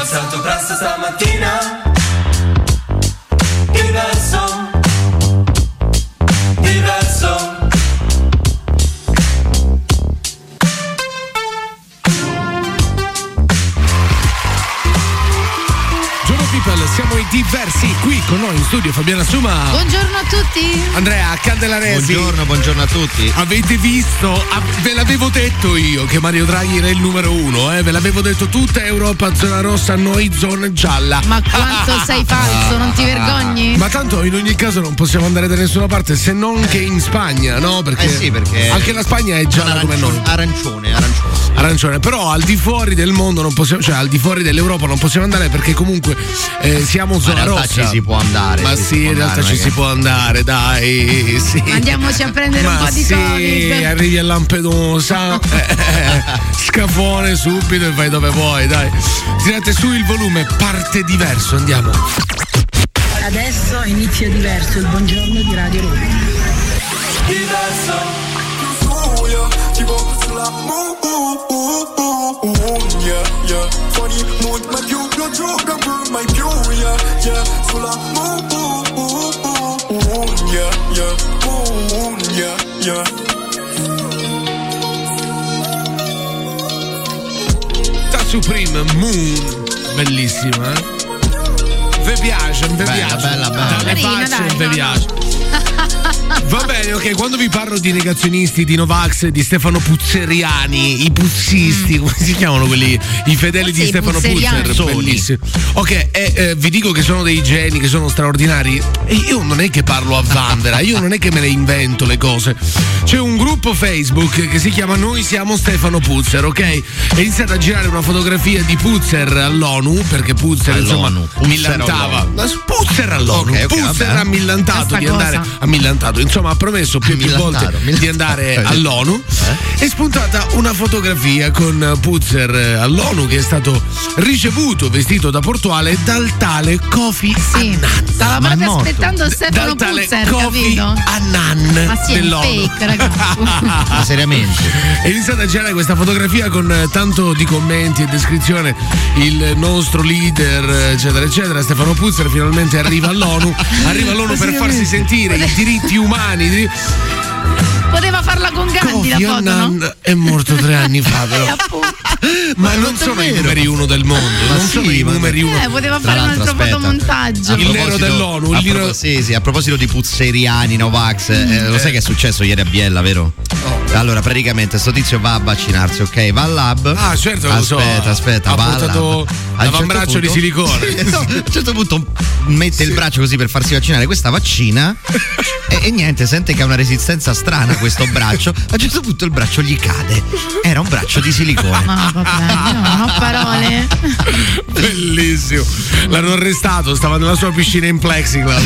alzato presto stamattina. Diverso, diverso. Siamo i diversi, qui con noi in studio Fabiana Suma. Buongiorno a tutti. Andrea Candelaresi. Buongiorno a tutti. Avete visto? Ve l'avevo detto io che Mario Draghi era il numero 1, ve l'avevo detto, tutta Europa zona rossa, noi zona gialla. Ma quanto sei falso, non ti vergogni? Ma tanto in ogni caso non possiamo andare da nessuna parte se non che in Spagna, no? Perché, sì, perché anche la Spagna è gialla come noi. Arancione, però al di fuori del mondo non possiamo, cioè al di fuori dell'Europa non possiamo andare perché comunque siamo zona rossa. Ci si può andare. Ma sì, in realtà ci si può andare, dai, sì. Andiamoci a prendere un po' di Covid. Arrivi a Lampedusa, scafone subito e vai dove vuoi, dai. Tirate su il volume, parte diverso, andiamo. Adesso inizia diverso, il buongiorno di Radio Roma. Diverso. Funny mood, my view, no joke, I burn my view, yeah. Sulla yeah. Da Supreme Moon, bellissima, ve piace, bella. Dalle facce, ve piace. Va bene, ok, quando vi parlo di negazionisti, di Novax, di Stefano Puzzeriani, i puzzisti, come si chiamano quelli, i fedeli di Stefano Puzzer, bellissimi. Ok, vi dico che sono dei geni, che sono straordinari. E io non è che parlo a vanvera, io non è che me le invento le cose. C'è un gruppo Facebook che si chiama Noi siamo Stefano Puzzer, ok? È iniziata a girare una fotografia di Puzzer all'ONU, perché Puzzer insomma millantava. Puzzer all'ONU, okay, Puzzer ha millantato di andare insomma ha promesso più volte di andare all'ONU. È spuntata una fotografia con Puzzer all'ONU che è stato ricevuto vestito da portuale dal tale Kofi Annan. Stava proprio aspettando Stefano Puzzer, Kofi Annan. Ma sì, è fake, ragazzi. Ma seriamente. È iniziata a girare questa fotografia con tanto di commenti e descrizione. Il nostro leader, eccetera, eccetera, Stefano Puzzer finalmente arriva all'ONU per farsi sentire i diritti umani. Poteva farla con Gandhi la foto, no? È morto 3 anni fa, però. Ma non sono i numeri 1 del mondo, non sono i numeri 1. Poteva fare un altro fotomontaggio. Il nero dell'ONU. Sì, a proposito di puzzeriani, Novax, lo sai che è successo ieri a Biella, vero? Allora, praticamente sto tizio va a vaccinarsi, ok? Va al lab. Ah, certo, lo so. Aspetta, ha va portato l'avambraccio di silicone. A un certo punto mette il braccio così per farsi vaccinare questa vaccina e niente, sente che ha una resistenza strana questo braccio. A un certo punto il braccio gli cade. Era un braccio di silicone. Ma vabbè, non ho parole. Bellissimo. L'hanno arrestato, stava nella sua piscina in plexiglass.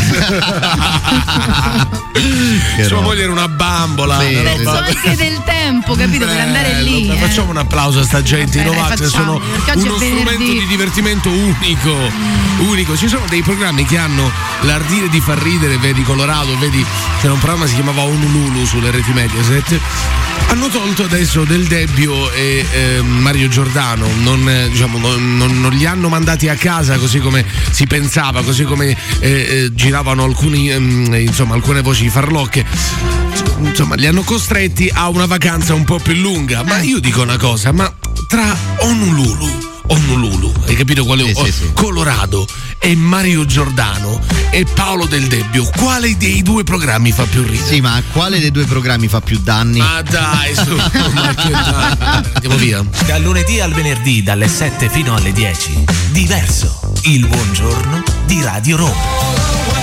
Sua moglie era una bambola. Penso anche del tempo, capito? Per andare lì. Facciamo un applauso a sta gente. I Novax sono uno strumento di divertimento unico. Ci sono dei programmi che hanno l'ardire di far ridere, vedi Colorado, vedi, c'era un programma che si chiamava Honolulu sulle reti Mediaset. Hanno tolto adesso Del Debbio e Mario Giordano, non li hanno mandati a casa così come si pensava, così come giravano alcune voci farlocche. Insomma, li hanno costretti a una vacanza un po' più lunga. Ma io dico una cosa, ma tra Honolulu, hai capito quale? Sì. Colorado e Mario Giordano e Paolo Del Debbio, quale dei due programmi fa più ridere? Sì, ma quale dei due programmi fa più danni? Ma dai, ma che danni. Andiamo via. Dal lunedì al venerdì dalle 7 fino alle 10. Diverso, il buongiorno di Radio Roma.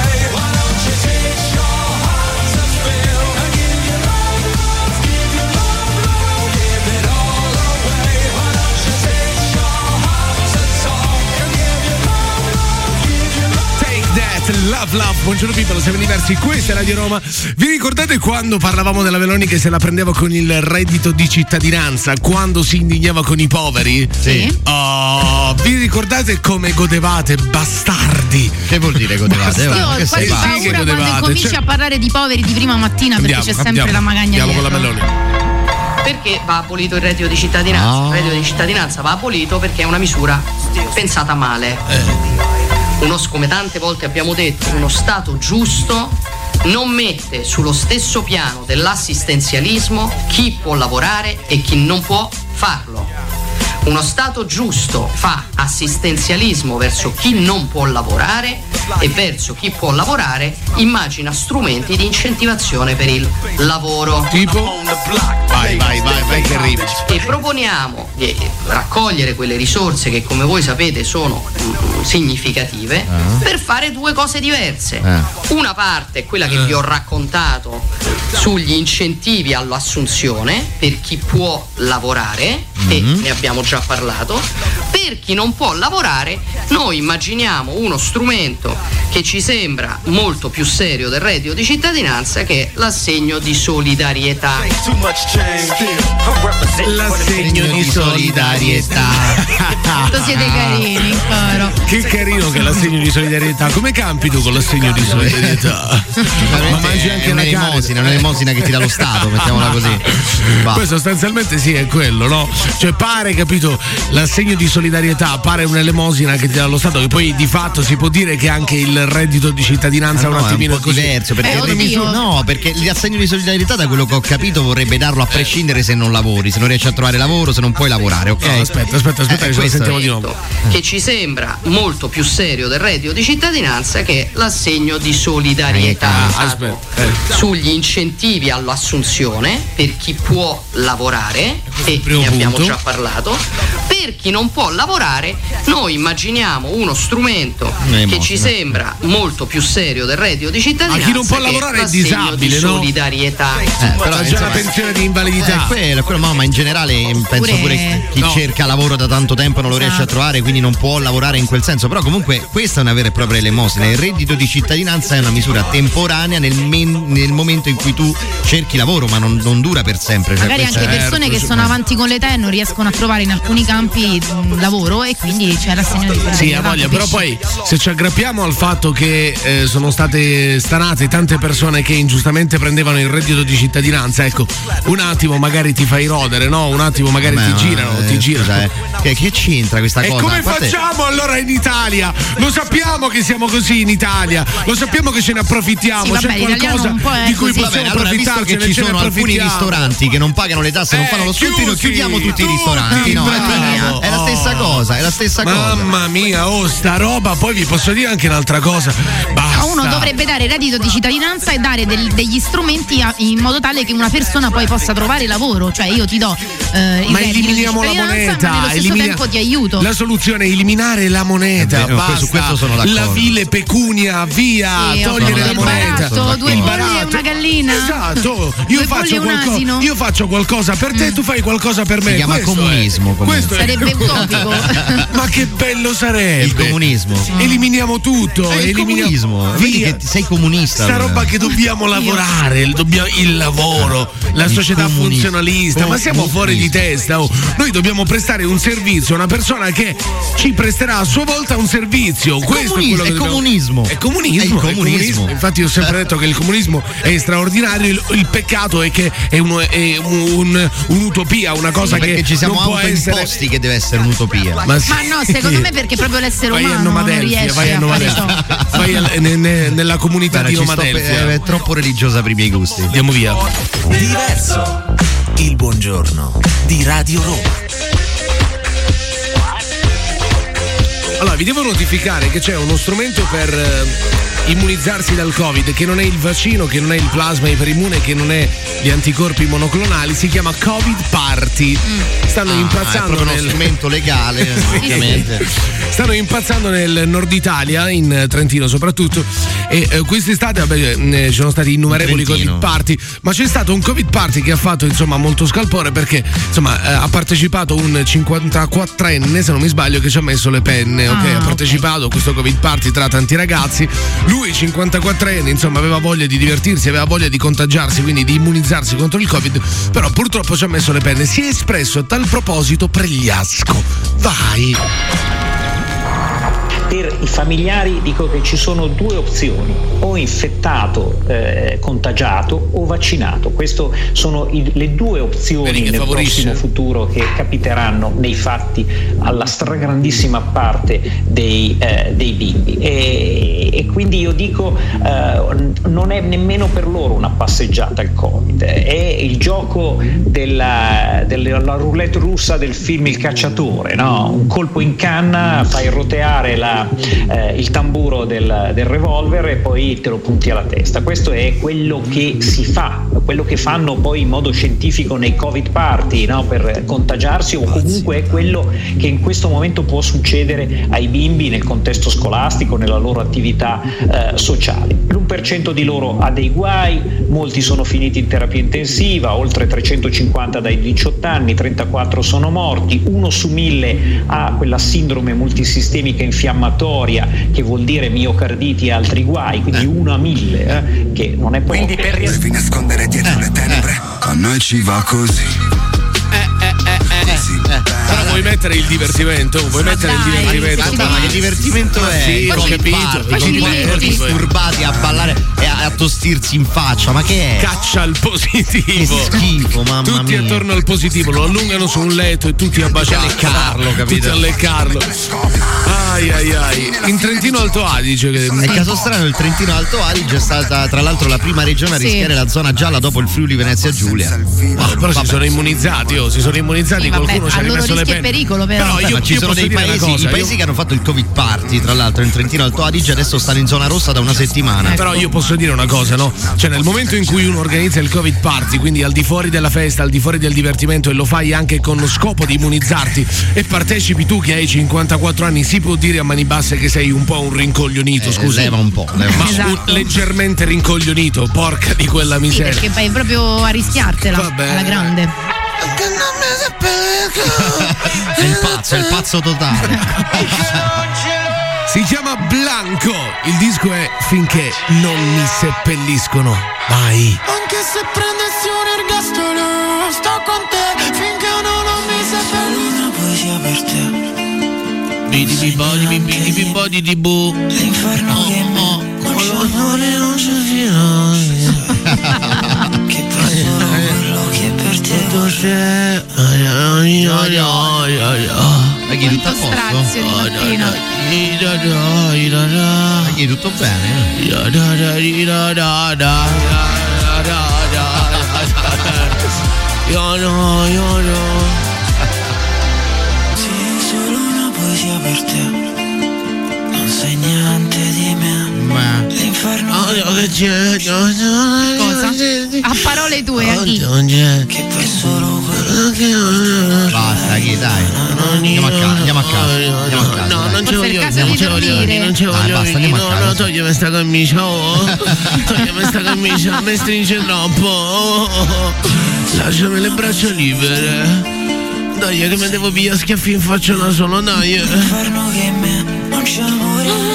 Love, buongiorno people, siamo diversi, questa è Radio Roma. Vi ricordate quando parlavamo della Meloni che se la prendeva con il reddito di cittadinanza, quando si indignava con i poveri? Sì. Vi ricordate come godevate, bastardi? Che vuol dire godevate? Io ho quasi paura quando cominci a parlare di poveri di prima mattina, perché c'è sempre la magagna dialogo dietro. Con la Meloni. Perché va abolito il reddito di cittadinanza? Il reddito di cittadinanza va abolito perché è una misura pensata male. Come tante volte abbiamo detto, uno Stato giusto non mette sullo stesso piano dell'assistenzialismo chi può lavorare e chi non può farlo. Uno Stato giusto fa assistenzialismo verso chi non può lavorare e verso chi può lavorare immagina strumenti di incentivazione per il lavoro. Tipo? Vai, che arrivi. E proponiamo di raccogliere quelle risorse che, come voi sapete, sono significative per fare due cose diverse. Una parte è quella che vi ho raccontato sugli incentivi all'assunzione per chi può lavorare, e ne abbiamo già parlato. Per chi non può lavorare, noi immaginiamo uno strumento che ci sembra molto più serio del reddito di cittadinanza, che è l'assegno di solidarietà. L'assegno di solidarietà. Siete carini, caro. Che carino che è l'assegno di solidarietà. Come campi tu con l'assegno di solidarietà? Ma mangi anche una un'elemosina che ti dà lo Stato, mettiamola così. Poi sostanzialmente sì, è quello, no? Cioè pare, capito, l'assegno di solidarietà pare un'elemosina che ti dà lo Stato, che poi di fatto si può dire che anche il reddito di cittadinanza un attimino è un po' diverso, perché perché l'assegno di solidarietà, da quello che ho capito, vorrebbe darlo a prescindere se non lavori, se non riesci a trovare lavoro, se non puoi lavorare, ok? No, aspetta, che ce lo sentiamo di nuovo. Che ci sembra molto più serio del reddito di cittadinanza, che è l'assegno di solidarietà. Sugli incentivi all'assunzione per chi può lavorare, e ne abbiamo già parlato. Per chi non può lavorare, noi immaginiamo uno strumento che ci sembra molto più serio del reddito di cittadinanza. Ma chi non può lavorare è disabile, di solidarietà. Però già la pensione di invalidità. Quello, ma in generale penso pure chi cerca lavoro da tanto tempo non lo riesce a trovare, quindi non può lavorare in quel senso. Però comunque questa è una vera e propria elemosina. Il reddito di cittadinanza è una misura temporanea nel momento in cui tu cerchi lavoro, ma non dura per sempre. Magari anche persone che sono avanti con l'età e non riescono a trovare in alcuni campi lavoro, e quindi c'è l'assegno di solidarietà. Sì, ha voglia, però poi se ci aggrappiamo al fatto che sono state stanate tante persone che ingiustamente prendevano il reddito di cittadinanza, ecco, un attimo magari ti fai rodere, no? Un attimo magari ti girano. Che c'entra questa cosa? E come facciamo allora in Italia? Lo sappiamo che siamo così in Italia, lo sappiamo che ce ne approfittiamo, c'è qualcosa di cui possiamo approfittare. Visto che ci sono alcuni ristoranti che non pagano le tasse, non fanno lo scontrino, chiudiamo tutti i ristoranti. No, è la stessa cosa, è la stessa cosa. Mamma mia, sta roba, poi vi posso dire anche un'altra cosa. Basta. Uno dovrebbe dare il reddito di cittadinanza e dare degli strumenti in modo tale che una persona poi possa trovare lavoro. Cioè io ti do il reddito di cittadinanza, la moneta, ma nello stesso tempo ti aiuto. La soluzione è eliminare la moneta. Basta. Su questo sono d'accordo. La vile pecunia, via, togliere la moneta. Barato, 2 polli e una gallina. Esatto. Io faccio qualcosa per te, tu fai qualcosa per me. Si chiama comunismo. Questo sarebbe utopico. Ma che bello sarebbe il comunismo. Eliminiamo tutto. Il comunismo. Vedi che sei comunista. Sta roba che dobbiamo lavorare, il lavoro, la società funzionalista. Ma siamo fuori di testa. Noi dobbiamo prestare un servizio a una persona che ci presterà a sua volta un servizio. Questo è quello che comunismo. È comunismo. Infatti io ho sempre detto che il comunismo è straordinario. Il peccato è che è un'utopia, una cosa che ci siamo non può essere imposti che deve essere un'utopia. Ma no, secondo me perché proprio l'essere umano non riesce a fare ciò. Vai nella comunità di Nomadelfia. È troppo religiosa per i miei gusti. Andiamo via. Diverso. Il buongiorno di Radio Roma. Allora, vi devo notificare che c'è uno strumento per immunizzarsi dal Covid, che non è il vaccino, che non è il plasma iperimmune, che non è gli anticorpi monoclonali, si chiama Covid Party. Stanno impazzando è uno strumento legale, ovviamente. Stanno impazzando nel nord Italia, in Trentino soprattutto, e quest'estate ci sono stati innumerevoli Covid Party, ma c'è stato un Covid Party che ha fatto insomma molto scalpore, perché insomma ha partecipato un 54enne, se non mi sbaglio, che ci ha messo le penne, ha partecipato a questo Covid Party tra tanti ragazzi. Lui 54enne, insomma, aveva voglia di divertirsi, aveva voglia di contagiarsi, quindi di immunizzarsi contro il Covid, però purtroppo ci ha messo le penne. Si è espresso a tal proposito Pregliasco. Vai! Per i familiari dico che ci sono due opzioni: o infettato, contagiato, o vaccinato. Queste sono le due opzioni nel prossimo futuro che capiteranno nei fatti alla stragrandissima parte dei bimbi, e quindi io dico non è nemmeno per loro una passeggiata il Covid, è il gioco della roulette russa del film Il cacciatore, no? Un colpo in canna, fai roteare il tamburo del revolver e poi te lo punti alla testa. Questo è quello che si fa, quello che fanno poi in modo scientifico nei Covid party, no? Per contagiarsi, o comunque è quello che in questo momento può succedere ai bimbi nel contesto scolastico, nella loro attività sociale. L'1% di loro ha dei guai, molti sono finiti in terapia intensiva, oltre 350 dai 18 anni, 34 sono morti, 1 su 1000 ha quella sindrome multisistemica infiammatoria, che vuol dire miocarditi e altri guai, quindi 1 a 1000, che non è poco. Quindi devi nascondere dietro le tenebre, a noi ci va così. Però vuoi mettere il divertimento? Vuoi mettere il divertimento? Ma che divertimento è? Sì, ho capito. Disturbati a ballare e a tostirsi in faccia, ma che è? Caccia al positivo. Che schifo, mamma mia. Tutti attorno al positivo, lo allungano su un letto e tutti a baciare. Tutti a leccarlo, capito? Tutti a leccarlo. Ai. In Trentino Alto Adige. Nel caso strano, il Trentino Alto Adige è stata tra l'altro la prima regione a rischiare la zona gialla dopo il Friuli Venezia Giulia. Però si sono immunizzati, qualcuno ci ha rimesso le penne. Pericolo, però ma ci sono dei paesi, i paesi che hanno fatto il Covid party, tra l'altro in Trentino Alto Adige adesso stanno in zona rossa da una settimana. Però io posso dire una cosa, no? Cioè nel momento in cui uno organizza il Covid party, quindi al di fuori della festa, al di fuori del divertimento, e lo fai anche con lo scopo di immunizzarti, e partecipi tu che hai 54 anni, si può dire a mani basse che sei un po' un rincoglionito, scusa. Leva un po'. Esatto. Leggermente rincoglionito, porca di quella miseria. Sì, perché vai proprio a rischiartela alla grande. È il pazzo totale. Si chiama Blanco, il disco è Finché non mi seppelliscono mai. Anche se prendessi un ergastolo, sto con te finché non mi seppelliscono. Una poesia per te. Bidi di bu. L'inferno che non c'è fino. Che poi quello che per te vorrei. Ma chi tutto a posto? Strazio di mattina. Ma chi tutto bene? Sì, solo una poesia per te. Non sai niente di me. L'inferno Cosa? A parole tue, a chi? che poi solo quello che Basta, chi dai. Andiamo a casa. No, non ci voglio. Non ci voglio. Basta, andiamo a casa. No, toglimi sta camicia. Toglimi sta camicia, mi stringe troppo. Lasciami le braccia libere. Dai, che mi devo pigliare schiaffi in faccia da solo, dai. l'inferno che me non c'è amore.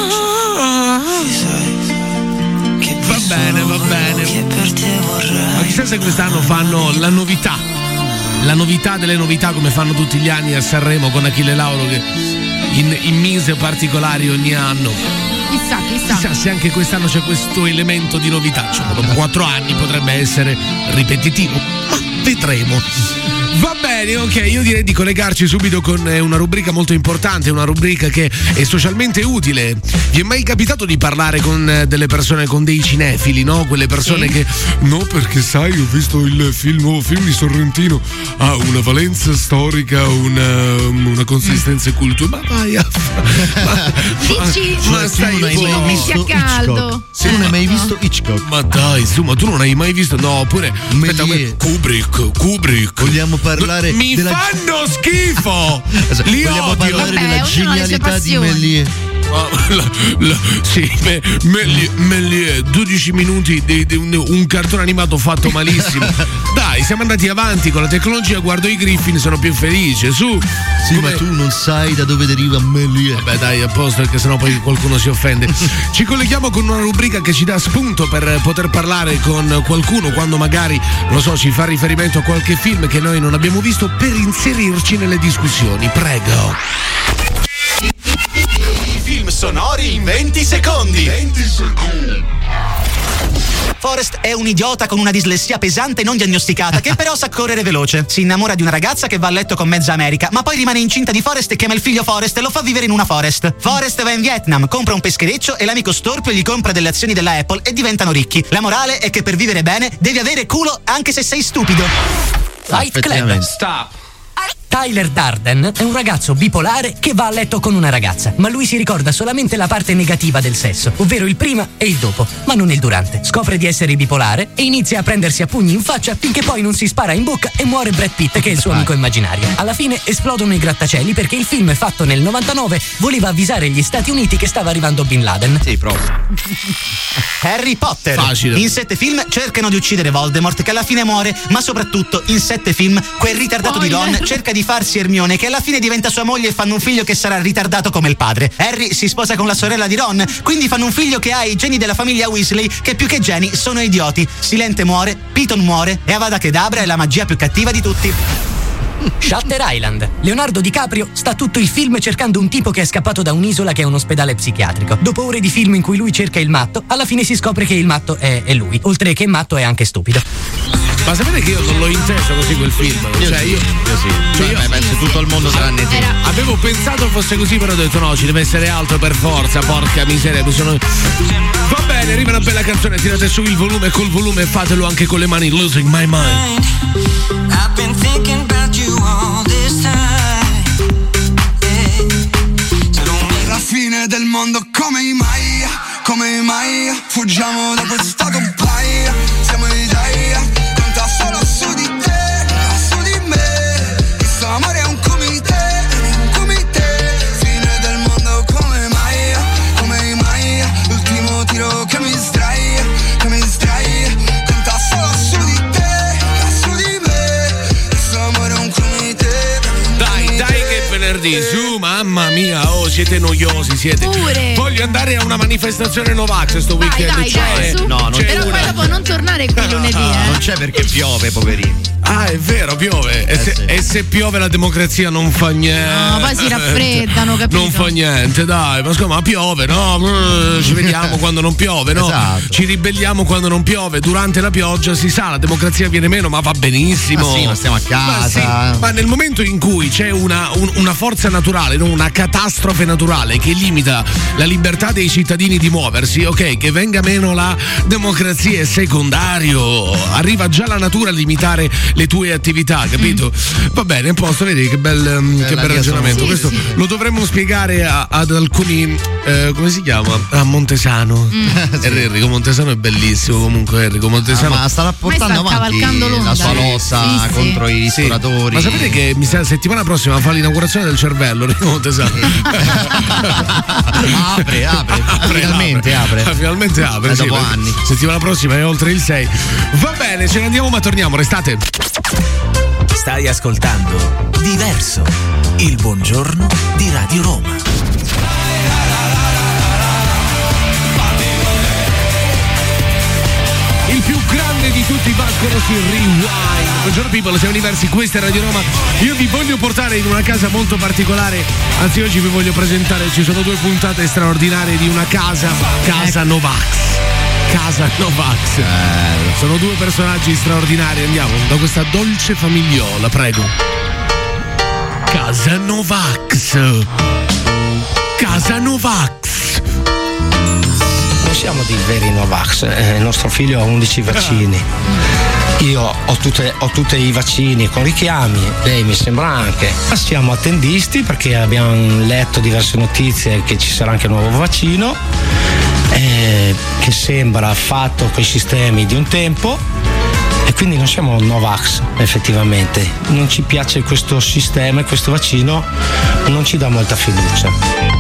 Va bene. Che per te vorrei. Ma chissà se quest'anno fanno la novità delle novità, come fanno tutti gli anni a Sanremo con Achille Lauro, che in mise particolari ogni anno. Chissà se anche quest'anno c'è questo elemento di novità. Cioè, dopo 4 anni potrebbe essere ripetitivo, ma vedremo. Va bene, ok, io direi di collegarci subito con una rubrica molto importante, una rubrica che è socialmente utile. Vi è mai capitato di parlare con delle persone, con dei cinefili, no? Quelle persone che no, perché sai, ho visto il nuovo film di Sorrentino, ha una valenza storica, una consistenza culturale. Ma vai a ma stai non hai mai visto caldo. Tu non hai mai visto Hitchcock? Ma dai, su, ma tu non hai mai visto? No, oppure aspetta, Kubrick. Vogliamo parlare mi fanno schifo. Vogliamo parlare della genialità di Méliès. Sì, Méliès, 12 minuti di un cartone animato fatto malissimo. Dai, siamo andati avanti con la tecnologia, guardo i Griffin, sono più felice, su. Sì, ma tu non sai da dove deriva Méliès. Vabbè, dai, a posto, perché sennò poi qualcuno si offende. Ci colleghiamo con una rubrica che ci dà spunto per poter parlare con qualcuno quando magari, non lo so, ci fa riferimento a qualche film che noi non abbiamo visto, per inserirci nelle discussioni. Prego. sonori in 20 secondi. 20 secondi. Forrest è un idiota con una dislessia pesante non diagnosticata che però sa correre veloce. Si innamora di una ragazza che va a letto con mezza America, ma poi rimane incinta di Forrest e chiama il figlio Forrest e lo fa vivere in una forest. Forrest va in Vietnam, compra un peschereccio e l'amico storpio gli compra delle azioni della Apple e diventano ricchi. La morale è che per vivere bene devi avere culo anche se sei stupido. Fight Club. Stop. Tyler Durden è un ragazzo bipolare che va a letto con una ragazza, ma lui si ricorda solamente la parte negativa del sesso, ovvero il prima e il dopo, ma non il durante. Scopre di essere bipolare e inizia a prendersi a pugni in faccia finché poi non si spara in bocca e muore Brad Pitt, che è il suo amico immaginario. Alla fine esplodono i grattacieli perché il film, fatto nel 99, voleva avvisare gli Stati Uniti che stava arrivando Bin Laden. Sì, proprio. Harry Potter. Facile. In 7 film cercano di uccidere Voldemort, che alla fine muore, ma soprattutto in 7 film quel ritardato di Ron cerca di farsi Hermione, che alla fine diventa sua moglie e fanno un figlio che sarà ritardato come il padre. Harry si sposa con la sorella di Ron, quindi fanno un figlio che ha i geni della famiglia Weasley, che più che geni sono idioti. Silente muore, Piton muore e Avada Kedavra è la magia più cattiva di tutti. Shutter Island. Leonardo DiCaprio sta tutto il film cercando un tipo che è scappato da un'isola che è un ospedale psichiatrico. Dopo ore di film in cui lui cerca il matto, alla fine si scopre che il matto è lui, oltre che matto è anche stupido. Ma sapete che io non l'ho inteso così quel film? Io penso tutto il mondo tranne te. Avevo pensato fosse così, però ho detto no, ci deve essere altro per forza, porca miseria. Va bene, arriva una bella canzone, tirate su il volume, col volume fatelo anche con le mani. Losing My Mind. I've been thinking about you all this time. Se non mi la fine del mondo come mai fuggiamo da questo paio. Siamo in Italia, conta solo su di te, su di me. Questo amore è un comité, fine del mondo come mai. L'ultimo tiro che mi distrae, conta solo su di te, su di me. Questo amore è un comité. Dai che venerdì, su, mamma mia, oh, siete noiosi, siete. Pure. Voglio andare a una manifestazione Novax sto weekend. Dai, su. No, non c'è. Però poi dopo non tornare qui lunedì, Non c'è perché piove, poverini. Ah, è vero, piove. E se piove la democrazia non fa niente. No, poi si raffreddano, capito? Non fa niente, dai, ma piove, no? Ci vediamo quando non piove, no? Esatto. Ci ribelliamo quando non piove. Durante la pioggia si sa, la democrazia viene meno, ma va benissimo. Ma sì, ma stiamo a casa. Ma nel momento in cui c'è una forza naturale, no? Una catastrofe naturale che limita la libertà dei cittadini di muoversi, ok, che venga meno la democrazia è secondario. Arriva già la natura a limitare le tue attività, capito? Va bene, a posto, vedi che bel ragionamento. Questo lo dovremmo spiegare ad alcuni come si chiama? A Montesano. Enrico Montesano è bellissimo, comunque Enrico Montesano. Ma sta portando avanti la sua lotta contro i ristoratori. Ma sapete che mi sa settimana prossima fa l'inaugurazione del cervello Enrico Montesano. apre. Finalmente apre. Dopo anni. Settimana prossima è oltre il 6. Va bene, ce ne andiamo ma torniamo, restate. Stai ascoltando Diverso, il buongiorno di Radio Roma. Il più grande di tutti, Vasco Rossi, Rewind. Buongiorno people, siamo diversi, questa è Radio Roma. Io vi voglio portare in una casa molto particolare. Anzi, oggi vi voglio presentare, ci sono 2 puntate straordinarie di una casa Novax. Casa Novax. Sono 2 personaggi straordinari. Andiamo da questa dolce famigliola, prego. Casa Novax. Casa Novax. Non siamo dei veri Novax, il nostro figlio ha 11 vaccini. Io ho tutti i vaccini con richiami, lei mi sembra anche. Ma siamo attendisti perché abbiamo letto diverse notizie che ci sarà anche un nuovo vaccino che sembra fatto con i sistemi di un tempo e quindi non siamo Novax effettivamente. Non ci piace questo sistema e questo vaccino non ci dà molta fiducia.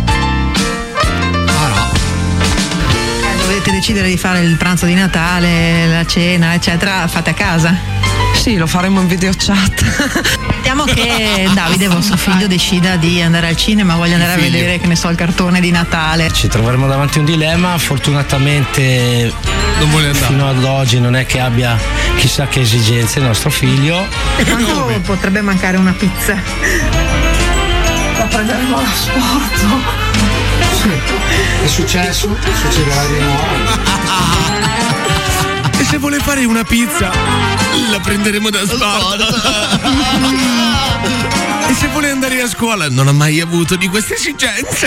Dovete decidere di fare il pranzo di Natale, la cena, eccetera, fate a casa? Sì, lo faremo in video chat. Mettiamo che Davide, vostro figlio, decida di andare al cinema, voglia andare a vedere, che ne so, il cartone di Natale. Ci troveremo davanti a un dilemma, fortunatamente non vuole andare. Fino ad oggi non è che abbia chissà che esigenze il nostro figlio. E quanto potrebbe mancare una pizza? La prenderemo all'asporto. Sì. successo? Succederà di nuovo. E se vuole fare una pizza, la prenderemo da Sport. E se vuole andare a scuola, non ha mai avuto di queste esigenze.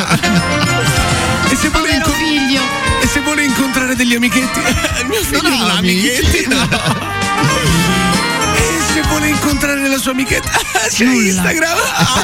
E se vuole figlio. E se vuole incontrare degli amichetti, mio figlio non ha amichetti. No. E se vuole incontrare la sua amichetta, c'è Instagram.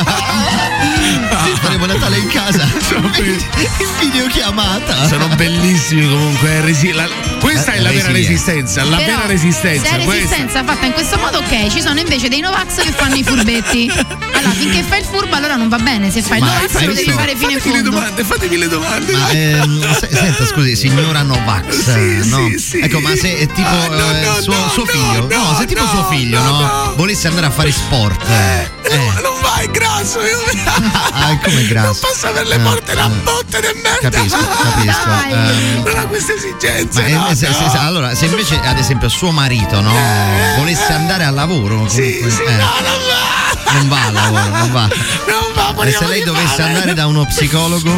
Faremo Natale in casa in videochiamata. Sono bellissimi comunque. Questa è la vera resistenza. La vera resistenza. Se è resistenza fatta in questo modo, ok. Ci sono invece dei Novax che fanno i furbetti. Allora, finché fai il furbo, allora non va bene. Se fai il Novax lo devi fare fino in fondo. Fatemi le domande. Ma senta, scusi, signora Novax, no? Sì. Ecco, ma se è tipo suo figlio, no, se tipo suo figlio, no? Volesse andare a fare sport. Non vai, è grasso. Come grasso? Non posso aver le porte la botte del merda. Capisco. Non ha queste esigenze. Allora, se invece, ad esempio, suo marito, no? Volesse andare al lavoro. Sì, non va al lavoro, non va. E se lei dovesse andare da uno psicologo?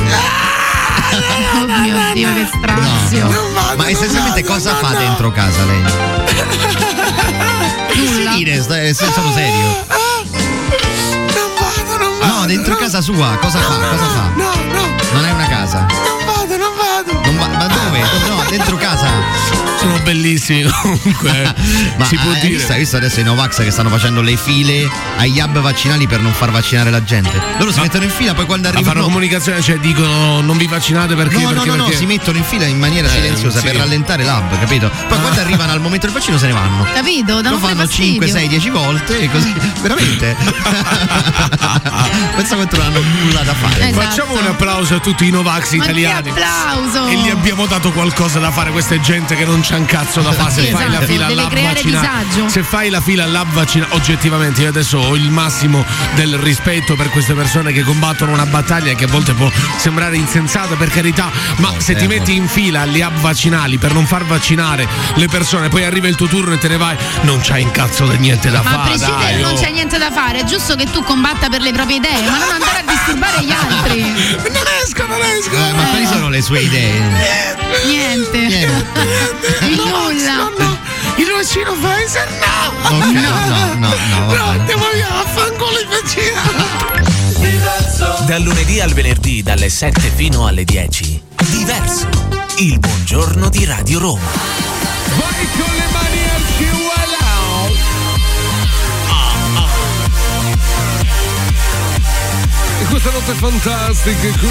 Oh mio Dio, che strazio. No. Ma essenzialmente cosa fa dentro casa lei? Nulla. Sono serio. Non vado. No, dentro casa sua, cosa fa? No. Non è una casa. Non vado. Ma dove? No, dentro casa. Sono bellissimi comunque. Ma si può dire. Hai visto adesso i Novax che stanno facendo le file agli hub vaccinali per non far vaccinare la gente? Loro si mettono in fila, poi quando arrivano fanno comunicazione, cioè dicono non vi vaccinate perché no, si mettono in fila in maniera silenziosa per rallentare l'hub, capito? Poi quando arrivano al momento del vaccino se ne vanno. Capito? Lo fanno 5, 6, 10 volte e così veramente. Pensa quanto non hanno nulla da fare. Esatto. Facciamo un applauso a tutti i Novax italiani. Che applauso! E gli abbiamo dato qualcosa da fare, questa è gente che non c'ha un cazzo da fare. Se fai la fila all'hub vaccinale, se fai la fila all'hub vaccinale, oggettivamente io adesso ho il massimo del rispetto per queste persone che combattono una battaglia che a volte può sembrare insensata, per carità, ma se ti metti in fila agli hub vaccinali per non far vaccinare le persone, poi arriva il tuo turno e te ne vai, non c'hai un cazzo di niente da fare. Ma a prescindere non c'è niente da fare, è giusto che tu combatta per le proprie idee, ma non andare a disturbare gli altri. Non esco. Ma quali sono le sue idee? Niente. Il nulla. No. Il vaccino Pfizer no. Okay, no, andiamo via, affanculo il vaccino. Dal lunedì al venerdì dalle 7 fino alle 10. Diverso. Il buongiorno di Radio Roma. Vai con le mani al chiualao. E questa notte fantastica qui.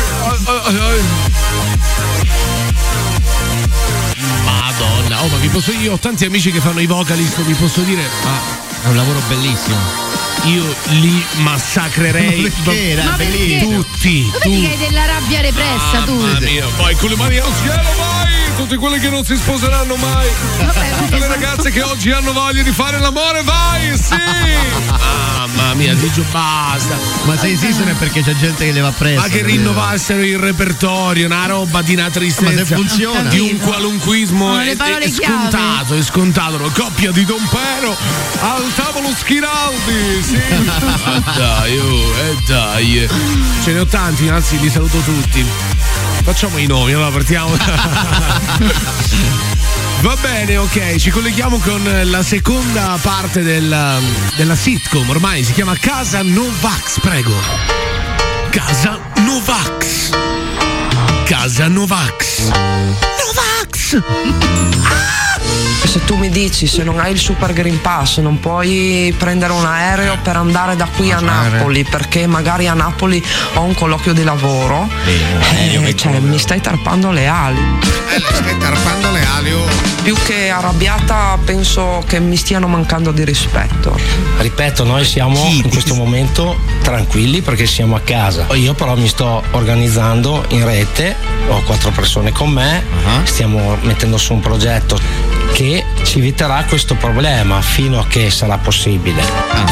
Madonna, ma io ho tanti amici che fanno i vocalist, vi posso dire, è un lavoro bellissimo. Io li massacrerei. Perché era bellissimo. Tutti. Vedi che hai della rabbia repressa tu. Mamma mia, vai con le mani al cielo, vai! Tutti quelli che non si sposeranno mai. Tutte le ragazze che oggi hanno voglia di fare l'amore, vai, sì! Mamma mia, Digio, basta. Ma se esistono è perché c'è gente che le va presso. Ma che rinnovassero il repertorio, una roba di una tristezza. Ma se funziona. Di un qualunquismo è scontato. Una coppia di Don Pero al tavolo Schiraldi, sì. Dai. Ce ne ho tanti, anzi li saluto tutti. Facciamo i nomi, allora partiamo. Va bene, ok, ci colleghiamo con la seconda parte della sitcom, ormai si chiama Casa Novax, prego. Casa Novax. E se tu mi dici, se non hai il Super Green Pass non puoi prendere un aereo per andare da qui a Napoli, perché magari a Napoli ho un colloquio di lavoro, mi stai tarpando le ali. Più che arrabbiata, penso che mi stiano mancando di rispetto. Ripeto, noi siamo in questo momento tranquilli perché siamo a casa. Io però mi sto organizzando in rete, ho 4 persone con me, stiamo mettendo su un progetto che ci eviterà questo problema fino a che sarà possibile.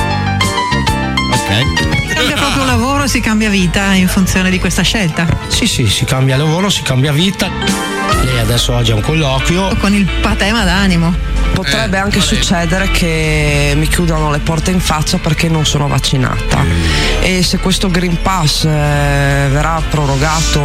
Ok. Cambia proprio lavoro e si cambia vita in funzione di questa scelta? Sì, si cambia lavoro, si cambia vita. Lei adesso oggi ha un colloquio con il patema d'animo. potrebbe anche succedere che mi chiudano le porte in faccia perché non sono vaccinata. E se questo Green Pass verrà prorogato,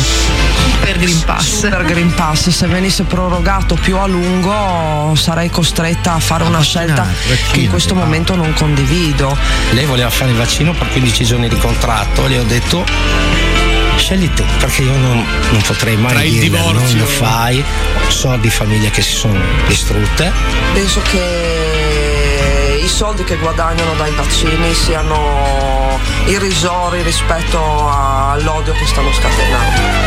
Super Green Pass, se venisse prorogato più a lungo, sarei costretta a fare una scelta che in questo momento non condivido. Lei voleva fare il vaccino per 15 giorni di contratto, le ho detto scegli tu, perché io non potrei mai dire non lo fai. So di famiglie che si sono distrutte. Penso che i soldi che guadagnano dai vaccini siano irrisori rispetto all'odio che stanno scatenando.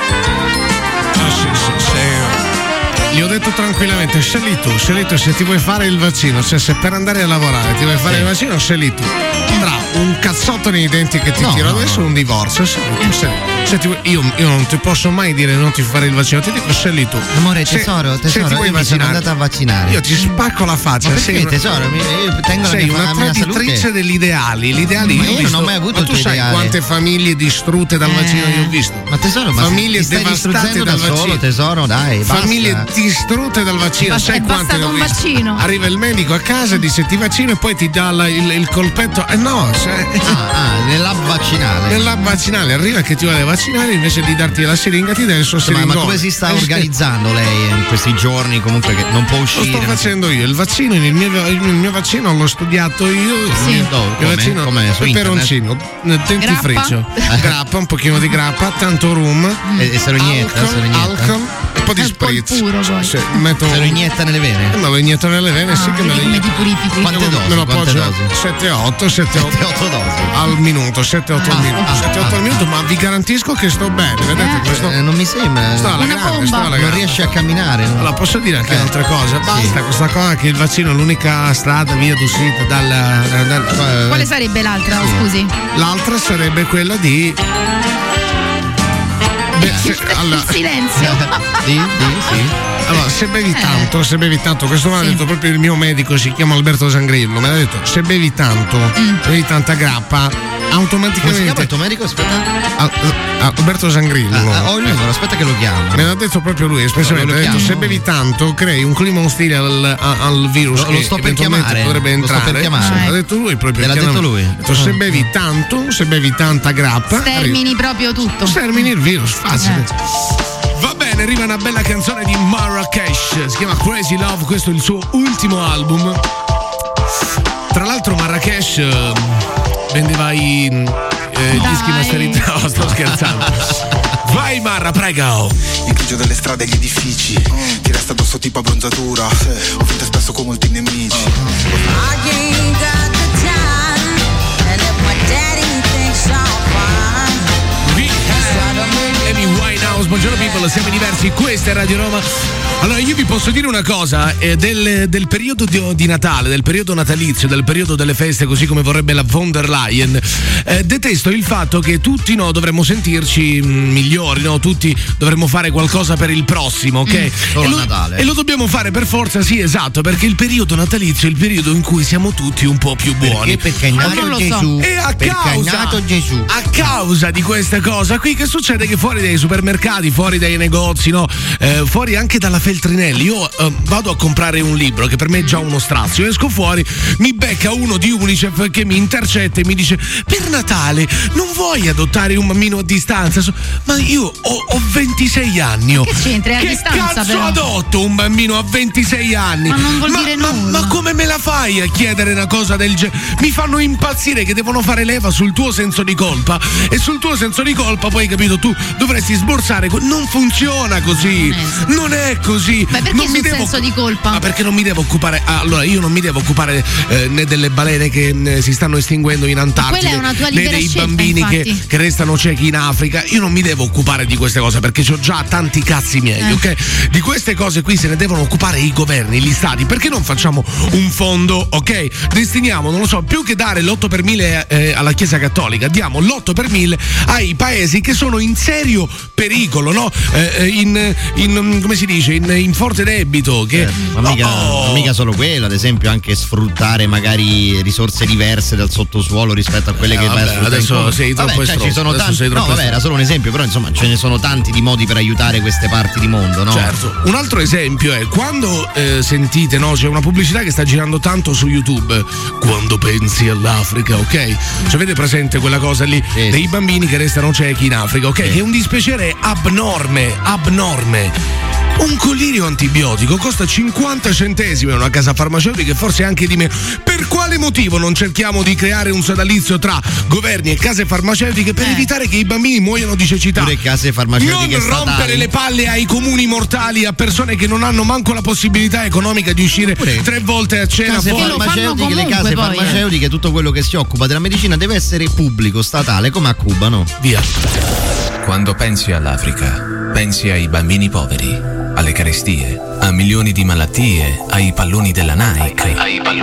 Gli ho detto tranquillamente, scegli tu se ti vuoi fare il vaccino, cioè se per andare a lavorare ti vuoi fare il vaccino, scegli tu. Tra un cazzotto nei denti che ti tiro adesso un divorzio, io non ti posso mai dire non ti fare il vaccino, ti dico scegli tu. Amore, tesoro, io mi sono andata a vaccinare. Io ti spacco la faccia. Ma perché, tesoro? Io tengo sei la una traditrice degli ideali. Ma io non ho mai avuto il tuo ideale. Ma tu sai quante famiglie distrutte dal vaccino io ho visto? Ma tesoro, famiglie ti stai devastate dal vaccino. Solo, tesoro, dai, famiglie distrutte dal vaccino. Sai quante ne ho visto? Vaccino. Arriva il medico a casa e dice ti vaccino e poi ti dà il colpetto. No, nel lab vaccinale arriva che ti vuole vaccinare, invece di darti la siringa ti dà il suo siringone. Ma come si sta organizzando lei in questi giorni comunque che non può uscire? Lo sto facendo io, il vaccino, il mio vaccino l'ho studiato io. Sì. Il vaccino peperoncino, dentifricio, grappa, un pochino di grappa, tanto rum e se lo inietta, alcol, un po' di spritz. Se lo inietta nelle vene? Me lo inietto nelle vene, sì che me lo come ti purifichi. Quante dosi? Me lo appoggio 7-8 dosi al minuto, 7-8 al minuto, 7-8 al minuto, ma vi garantisco che sto bene, vedete questo? Non mi sembra. Sto alla grande. Non riesce a camminare. Allora posso dire anche altre cose. Basta questa cosa che il vaccino è l'unica strada via d'uscita dal Quale sarebbe l'altra, scusi? L'altra sarebbe quella di il silenzio. Sì. Allora, se bevi tanto, questo me l'ha detto proprio il mio medico, si chiama Alberto Zangrillo, me l'ha detto, se bevi tanto, bevi tanta grappa, automaticamente. Come si chiama il tuo medico? Aspetta. Alberto Zangrillo. Ho il numero, aspetta che lo chiamo. Me l'ha detto proprio lui, espressamente ha detto se bevi tanto crei un clima ostile al virus lo sto per chiamare, potrebbe entrare. L'ha detto lui proprio. L'ha detto lui. Ha detto, se bevi tanta grappa, stermini proprio tutto. Stermini il virus, facile. Va bene, arriva una bella canzone di Marrakesh, si chiama Crazy Love, questo è il suo ultimo album. Tra l'altro Marrakesh vendeva i dischi masterizzati. No, sto scherzando. Vai Marra, prego. Il grigio delle strade e gli edifici ti resta addosso tipo abbronzatura. Ho vinto spesso con molti nemici. Buongiorno people, siamo diversi, questa è Radio Roma. Allora io vi posso dire una cosa, del periodo di Natale, del periodo natalizio, del periodo delle feste, così come vorrebbe la von der Leyen, detesto il fatto che tutti dovremmo sentirci migliori, tutti dovremmo fare qualcosa per il prossimo, ok? Natale. E lo dobbiamo fare per forza, sì, esatto, perché il periodo natalizio è il periodo in cui siamo tutti un po' più buoni. Perché è nato Gesù. E a causa di questa cosa qui che succede che fuori dai supermercati, fuori dai negozi, fuori anche dalla Feltrinelli, io vado a comprare un libro che per me è già uno strazio, esco fuori, mi becca uno di Unicef che mi intercetta e mi dice per Natale non vuoi adottare un bambino a distanza? Ma io ho 26 anni. Che c'entra? Che distanza, cazzo però adotto un bambino a 26 anni? Ma non vuol dire nulla. Ma come me la fai a chiedere una cosa del genere? Mi fanno impazzire che devono fare leva sul tuo senso di colpa, e sul tuo senso di colpa poi, capito, tu dovresti sborsare. Non funziona così, non è così. Ma perché sul senso di colpa? Ma perché non mi devo occupare? Allora io non mi devo occupare né delle balene che si stanno estinguendo in Antartide, né dei bambini che restano ciechi in Africa. Io non mi devo occupare di queste cose perché ho già tanti cazzi miei, ok? Di queste cose qui se ne devono occupare i governi, gli stati. Perché non facciamo un fondo, ok? Destiniamo, non lo so, più che dare l'8 per 1000 alla Chiesa Cattolica, diamo l'8 per 1000 ai paesi che sono in serio pericolo. piccolo, no? Come si dice? In forte debito. Che ma mica solo quello, ad esempio anche sfruttare magari risorse diverse dal sottosuolo rispetto a quelle che vai a sfruttare. Adesso sei troppo ci sono tanti. No, vabbè, era solo un esempio, però insomma ce ne sono tanti di modi per aiutare queste parti di mondo, no? Certo. Un altro esempio è quando sentite, no? C'è una pubblicità che sta girando tanto su YouTube. Quando pensi all'Africa, ok? Cioè, avete presente quella cosa lì dei bambini che restano ciechi in Africa, ok? Che è un dispiacere abnorme. Un collirio antibiotico costa 50 centesimi in una casa farmaceutica e forse anche di meno. Per quale motivo non cerchiamo di creare un sodalizio tra governi e case farmaceutiche per evitare che i bambini muoiano di cecità? Pure case farmaceutiche non rompere statali. Le palle ai comuni mortali, a persone che non hanno manco la possibilità economica di uscire 3 volte a cena fuori. Le case farmaceutiche, tutto quello che si occupa della medicina deve essere pubblico, statale, come a Cuba, no? Via. Quando pensi all'Africa, pensi ai bambini poveri, alle carestie, a milioni di malattie, ai palloni della Nike.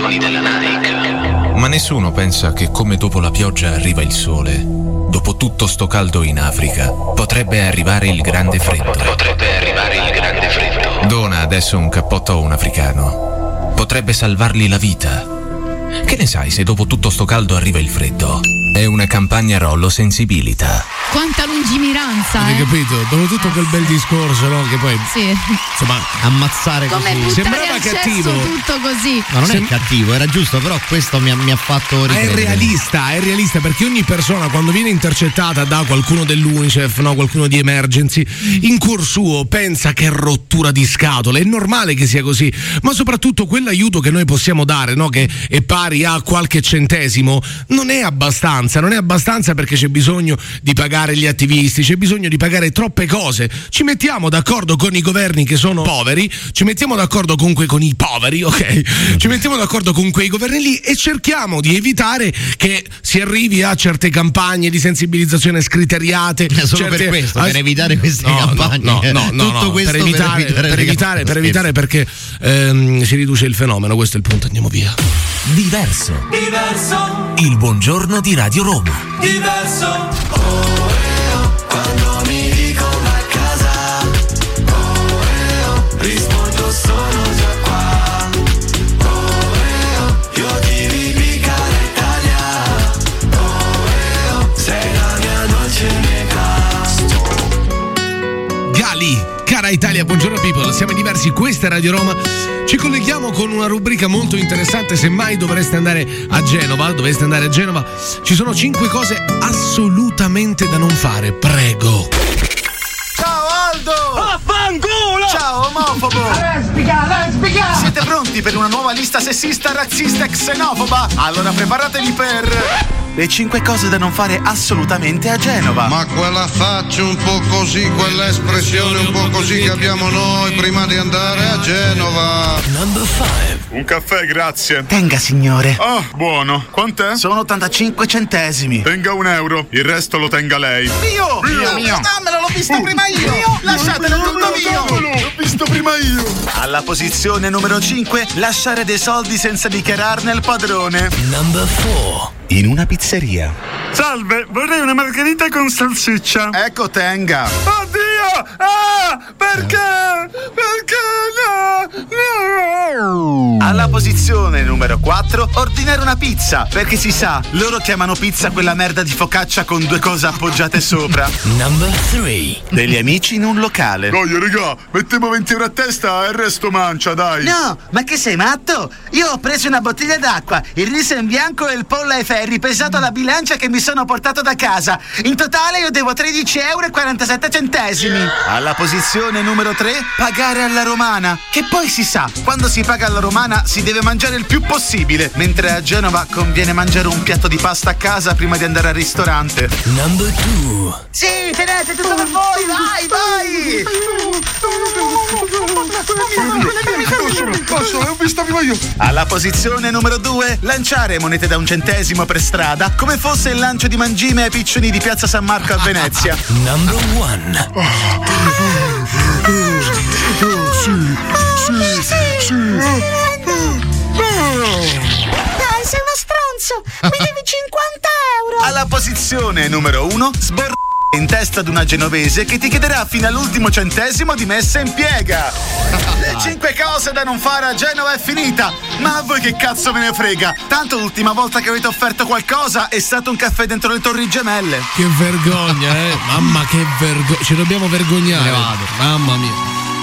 Ma nessuno pensa che come dopo la pioggia arriva il sole, dopo tutto sto caldo in Africa, potrebbe arrivare il grande freddo. Dona adesso un cappotto a un africano. Potrebbe salvargli la vita. Che ne sai se dopo tutto sto caldo arriva il freddo? È una campagna Rollo Sensibilità. Quanta lungimiranza, Hai capito? Dopo tutto quel bel discorso, no? Che poi insomma ammazzare come così sembrava cattivo. Tutto così. Ma non è cattivo, era giusto, però questo mi ha fatto riflettere. È realista perché ogni persona quando viene intercettata da qualcuno dell'UNICEF, no, qualcuno di Emergency, in cuor suo pensa che è rottura di scatole. È normale che sia così, ma soprattutto quell'aiuto che noi possiamo dare, no, che è pari a qualche centesimo, non è abbastanza perché c'è bisogno di pagare gli attivisti, c'è bisogno di pagare troppe cose. Ci mettiamo d'accordo con i governi che sono poveri, ci mettiamo d'accordo comunque con i poveri, ok? Ci mettiamo d'accordo con quei governi lì e cerchiamo di evitare che si arrivi a certe campagne di sensibilizzazione scriteriate. Solo per questo, per evitare queste campagne. No, questo per evitare perché si riduce il fenomeno, questo è il punto, andiamo via. Diverso. Il buongiorno di Radio Roma. Diverso. Quando mi dicono a casa, rispondo sono già qua. Io ti ripica l'Italia. Sei la mia dolce mega. Gali, cara Italia, buongiorno people, siamo diversi, questa è Radio Roma. Ci colleghiamo con una rubrica molto interessante. Se mai doveste andare a Genova, ci sono 5 cose assolutamente da non fare, prego. Ciao Aldo! Vaffanculo! Ciao omofobo! Lesbica! Siete pronti per una nuova lista sessista, razzista e xenofoba? Allora preparatevi per le 5 cose da non fare assolutamente a Genova. Ma quella faccia un po' così, quella espressione un po' così che abbiamo noi prima di andare a Genova. Number 5. Un caffè, grazie. Tenga, signore. Ah, buono. Quant'è? Sono 85 centesimi. Tenga €1, il resto lo tenga lei. Mio! Dammelo, l'ho visto prima io! Lasciatelo tutto mio! L'ho visto prima io! Alla posizione numero 5, lasciare dei soldi senza dichiararne il padrone. Number 4. In una pizzeria. Salve, vorrei una margherita con salsiccia. Ecco, tenga. Oddio! Ah! Perché? No! Alla posizione numero 4, ordinare una pizza. Perché si sa, loro chiamano pizza quella merda di focaccia con 2 cose appoggiate sopra. Number 3. Degli amici in un locale. Dai, raga, mettiamo €20 a testa e il resto mancia, dai. No, ma che sei matto? Io ho preso una bottiglia d'acqua, il riso in bianco e il pollo ai ferri pesato alla bilancia che mi sono portato da casa. In totale io devo €13,47. Alla posizione numero 3, pagare alla romana. Che poi si sa, quando si paga alla romana si deve mangiare il più possibile, mentre a Genova conviene mangiare un piatto di pasta a casa prima di andare al ristorante. Number 2. Sì, tenete tutto per voi, vai! L'ho vista prima io. Alla posizione numero 2, lanciare monete da 1 centesimo per strada, come fosse il lancio di mangime ai piccioni di Piazza San Marco a Venezia. Number 1. Sì. Dai, sei uno stronzo! Mi devi €50! Alla posizione numero 1, in testa ad una genovese che ti chiederà fino all'ultimo centesimo di messa in piega. Le 5 cose da non fare a Genova è finita, ma a voi che cazzo me ne frega? Tanto l'ultima volta che avete offerto qualcosa è stato un caffè dentro le Torri Gemelle. Che vergogna, mamma, che vergogna, ci dobbiamo vergognare. Mamma mia.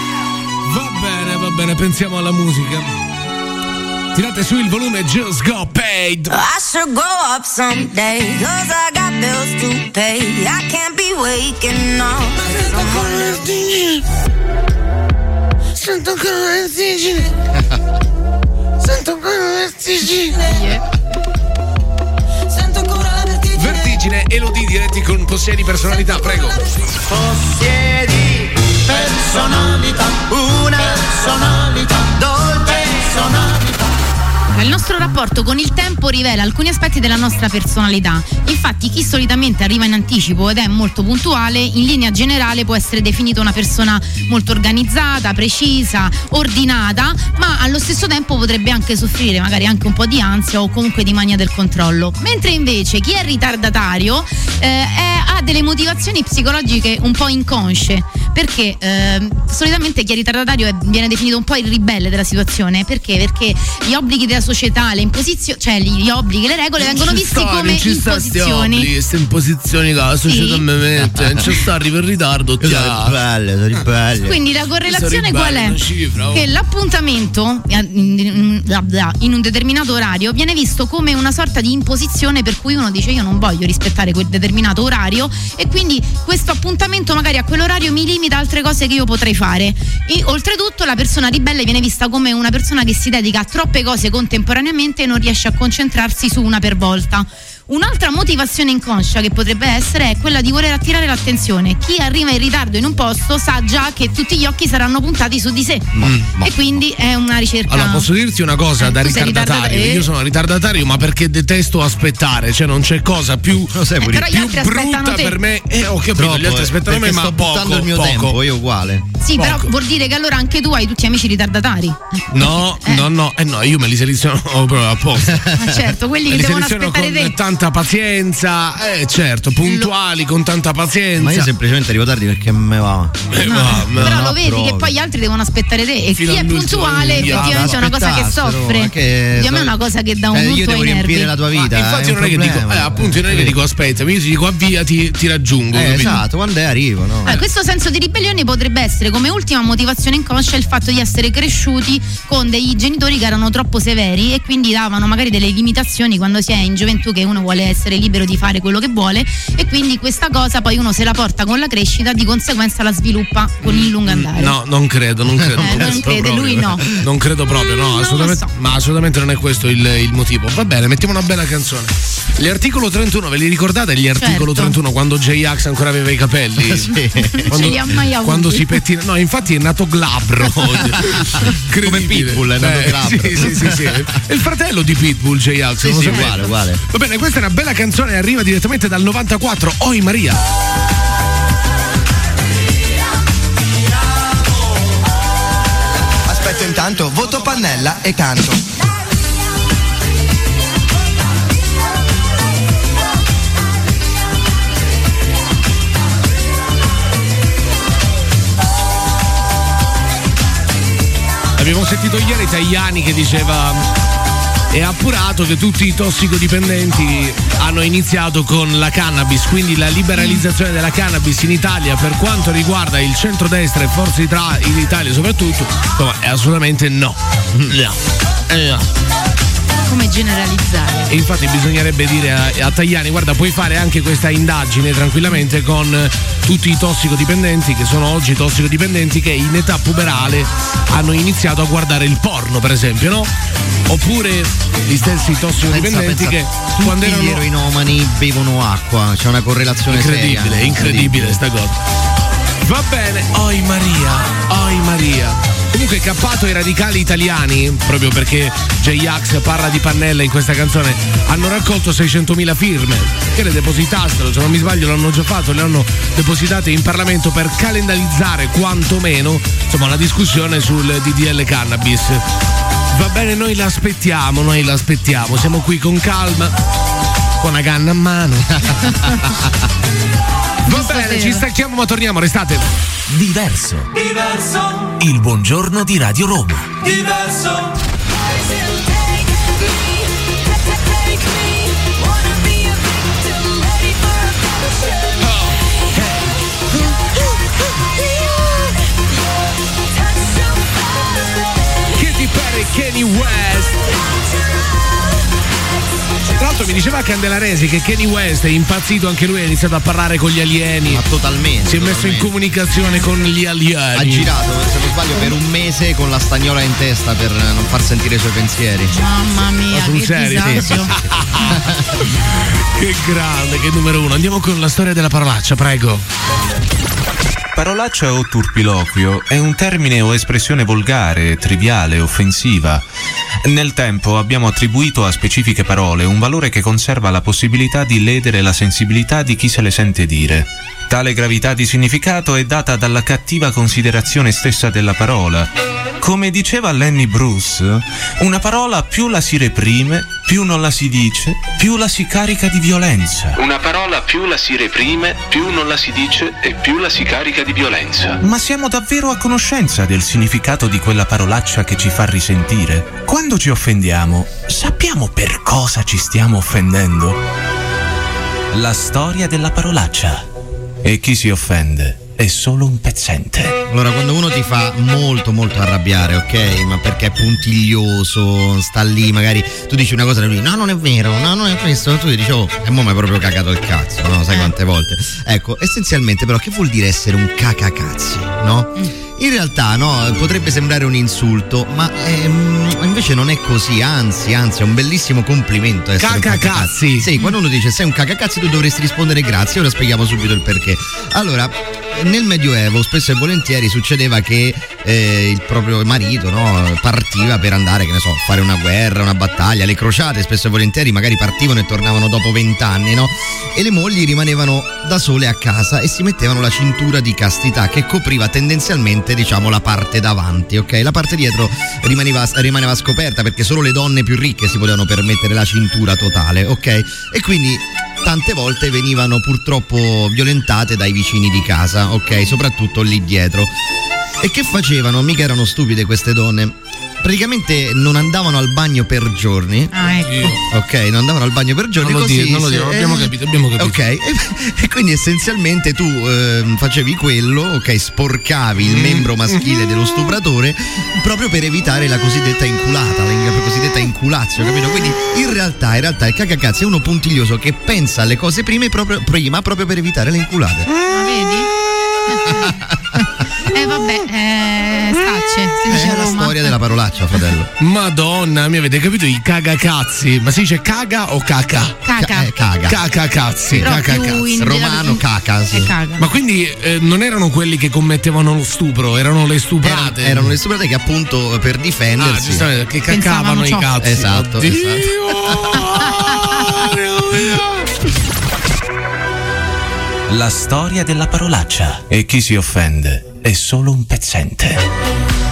Va bene, pensiamo alla musica. Tirate su il volume, just go paid. I should grow up someday, cause I got bills to pay. I can't be waking up. Sento con le vertigini. Sento con le vertigini. Sento con le vertigini. Vertigine, Elodie diretti con Possiedi personalità, prego. Possiedi personalità, una personalità, dolce personalità. Il nostro rapporto con il tempo rivela alcuni aspetti della nostra personalità. Infatti, chi solitamente arriva in anticipo ed è molto puntuale, in linea generale può essere definito una persona molto organizzata, precisa, ordinata, ma allo stesso tempo potrebbe anche soffrire magari anche un po' di ansia o comunque di mania del controllo. Mentre invece chi è ritardatario ha delle motivazioni psicologiche un po' inconsce, perché solitamente chi è ritardatario viene definito un po' il ribelle della situazione. Perché gli obblighi della società, le imposizioni, cioè gli obblighi, le regole vengono visti come imposizioni. Queste imposizioni che la società mi mette, non ci sta, arriva in ritardo. Ribelle. Quindi la correlazione qual è? Che l'appuntamento in un determinato orario viene visto come una sorta di imposizione, per cui uno dice io non voglio rispettare quel determinato orario e quindi questo appuntamento magari a quell'orario mi limita altre cose che io potrei fare. E oltretutto la persona ribelle viene vista come una persona che si dedica a troppe cose contemporaneamente e non riesce a concentrarsi su una per volta. Un'altra motivazione inconscia che potrebbe essere è quella di voler attirare l'attenzione. Chi arriva in ritardo in un posto sa già che tutti gli occhi saranno puntati su di sé e quindi è una ricerca. Allora, posso dirti una cosa da ritardatario? Io sono ritardatario, ma perché detesto aspettare, cioè non c'è cosa più brutta per me. Ho capito, troppo, gli altri aspettano me, ma sto buttando il mio poco. tempo, io uguale. Sì, poco. però vuol dire che allora anche tu hai tutti amici ritardatari. No, io me li seleziono proprio apposta. Ma certo, quelli che devono aspettare te. Tanta pazienza, certo, puntuali, con tanta pazienza. Ma io semplicemente arrivo tardi perché me va. Però lo vedi che poi gli altri devono aspettare te e chi è puntuale effettivamente è una cosa che soffre. A me è una cosa che dà un io devo riempire la tua vita. Infatti non è che dico, appunto non è che dico aspetta, io ti dico avvia, ti raggiungo. Esatto, quando arrivo, no? Questo senso di ribellione potrebbe essere come ultima motivazione inconscia il fatto di essere cresciuti con dei genitori che erano troppo severi e quindi davano magari delle limitazioni quando si è in gioventù, che uno vuole essere libero di fare quello che vuole, e quindi questa cosa poi uno se la porta con la crescita, di conseguenza la sviluppa con il lungo andare. No, non credo. Non crede, lui no. Non credo proprio, no, assolutamente, ma assolutamente non è questo il motivo. Va bene, mettiamo una bella canzone. Gli articolo 31, ve li ricordate gli articolo 31 quando J-Ax ancora aveva i capelli? Sì. Quando si pettina. No, infatti è nato glabro. Come Pitbull è nato glabro. Sì. È il fratello di Pitbull, J-Ax. Sì, uguale. Va bene, questa è una bella canzone, arriva direttamente dal 94, Oi Maria. Aspetto intanto, voto pannella e canto. Abbiamo sentito ieri Tajani che diceva: è appurato che tutti i tossicodipendenti hanno iniziato con la cannabis, quindi la liberalizzazione della cannabis in Italia per quanto riguarda il centrodestra e Forza Italia soprattutto, insomma, è assolutamente no. Come generalizzare. E infatti bisognerebbe dire a Tajani: guarda, puoi fare anche questa indagine tranquillamente con tutti i tossicodipendenti che sono oggi tossicodipendenti che in età puberale hanno iniziato a guardare il porno, per esempio, no? Oppure gli stessi tossicodipendenti che quando erano gli eroinomani bevono acqua, c'è una correlazione incredibile sta cosa. Va bene, Oi Maria. Comunque cappato i radicali italiani, proprio perché J-Ax parla di pannella in questa canzone, hanno raccolto 600.000 firme che le depositassero, se non mi sbaglio l'hanno già fatto, le hanno depositate in Parlamento per calendarizzare quantomeno, insomma, una discussione sul DDL cannabis. Va bene, noi l'aspettiamo, siamo qui con calma, con una canna a mano. Va bene, ci stacchiamo ma torniamo, restate. Diverso. Il buongiorno di Radio Roma. Diverso. Katy Perry, Kanye West. Tra l'altro mi diceva Candelaresi che Kanye West è impazzito anche lui, ha iniziato a parlare con gli alieni. Ma totalmente. Si è messo in comunicazione con gli alieni. Ha girato, se non sbaglio, per un mese con la stagnola in testa per non far sentire i suoi pensieri. Mamma mia, sul che serio? disagio. Che grande, che numero uno. Andiamo con la storia della parolaccia, prego. Parolaccia o turpiloquio è un termine o espressione volgare, triviale, offensiva. Nel tempo abbiamo attribuito a specifiche parole un valore che conserva la possibilità di ledere la sensibilità di chi se le sente dire. Tale gravità di significato è data dalla cattiva considerazione stessa della parola. Come diceva Lenny Bruce, una parola più la si reprime, più non la si dice, più la si carica di violenza. Una parola più la si reprime, più non la si dice e più la si carica di violenza. Ma siamo davvero a conoscenza del significato di quella parolaccia che ci fa risentire? Quando ci offendiamo, sappiamo per cosa ci stiamo offendendo? La storia della parolaccia. E chi si offende è solo un pezzente. Allora, quando uno ti fa molto molto arrabbiare, ok, ma perché è puntiglioso, sta lì, magari tu dici una cosa e lui no, non è vero, no, non è questo, tu ti dici oh, e mo' mi hai proprio cagato il cazzo, no? Sai quante volte? Ecco, essenzialmente però che vuol dire essere un cacacazzi, no? In realtà no, potrebbe sembrare un insulto, ma invece non è così, anzi è un bellissimo complimento essere un cacacazzi. Sì, quando uno dice sei un cacacazzi tu dovresti rispondere grazie, ora spieghiamo subito il perché. Allora, nel Medioevo spesso e volentieri succedeva che il proprio marito, no, partiva per andare, che ne so, fare una guerra, una battaglia, le crociate spesso e volentieri magari partivano e tornavano dopo 20 anni, no? E le mogli rimanevano da sole a casa e si mettevano la cintura di castità che copriva tendenzialmente, diciamo, la parte davanti, ok? La parte dietro rimaneva scoperta perché solo le donne più ricche si potevano permettere la cintura totale, ok? E quindi tante volte venivano purtroppo violentate dai vicini di casa, ok? Soprattutto lì dietro. E che facevano? Mica erano stupide queste donne. Praticamente non andavano al bagno per giorni. Ah, ecco. Ok, non andavano al bagno per giorni. Non lo dire, abbiamo capito. Ok, e quindi essenzialmente tu facevi quello, ok, sporcavi il membro maschile dello stupratore proprio per evitare la cosiddetta inculata, la cosiddetta inculazio, capito? Quindi in realtà il cacacazzi è uno puntiglioso che pensa alle cose prima proprio per evitare le inculate. Vedi? Stacce, si dice è la storia della parolaccia, fratello. Madonna mia, avete capito i cagacazzi? Ma si dice caga o caca? Caca. Cacacazzi. Cacacazzi. Romano caca, sì. Ma quindi non erano quelli che commettevano lo stupro, erano le stuprate. Erano le stuprate che appunto per difendersi. Giustamente, che cacavano i cazzi. Esatto. La storia della parolaccia. E chi si offende è solo un pezzente.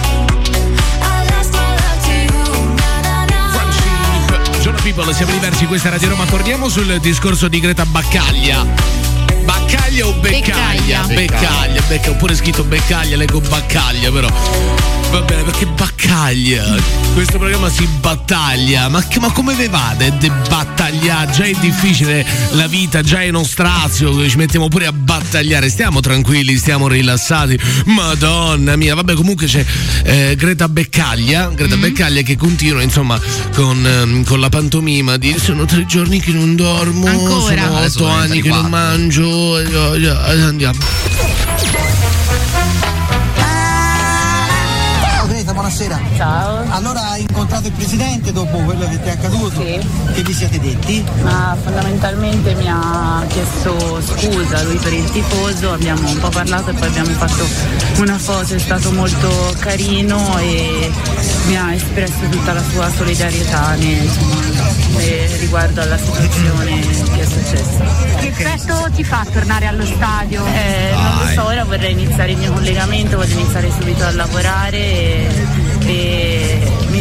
People, siamo diversi, questa è Radio Roma. Torniamo sul discorso di Greta Baccaglia. Baccaglia o Beccaglia? Beccaglia, oppure scritto Beccaglia, leggo Baccaglia, però va bene, perché Baccaglia, questo programma si battaglia, ma come ve va de battagliare? Già è difficile la vita, già è uno strazio, ci mettiamo pure a battagliare. Stiamo tranquilli, stiamo rilassati, madonna mia. Vabbè, comunque c'è Greta Baccaglia che continua insomma con la pantomima di sono 3 giorni che non dormo, ancora? Sono 8 anni che non mangio. Andiamo. Buonasera. Ciao. Allora hai incontrato il presidente dopo quello che ti è accaduto? Sì. Che vi siete detti? Ma fondamentalmente mi ha chiesto scusa lui per il tifoso, abbiamo un po' parlato e poi abbiamo fatto una foto, è stato molto carino e mi ha espresso tutta la sua solidarietà riguardo alla situazione che è successa. Che effetto ti fa tornare allo stadio? Non lo so, ora vorrei iniziare il mio collegamento, voglio iniziare subito a lavorare e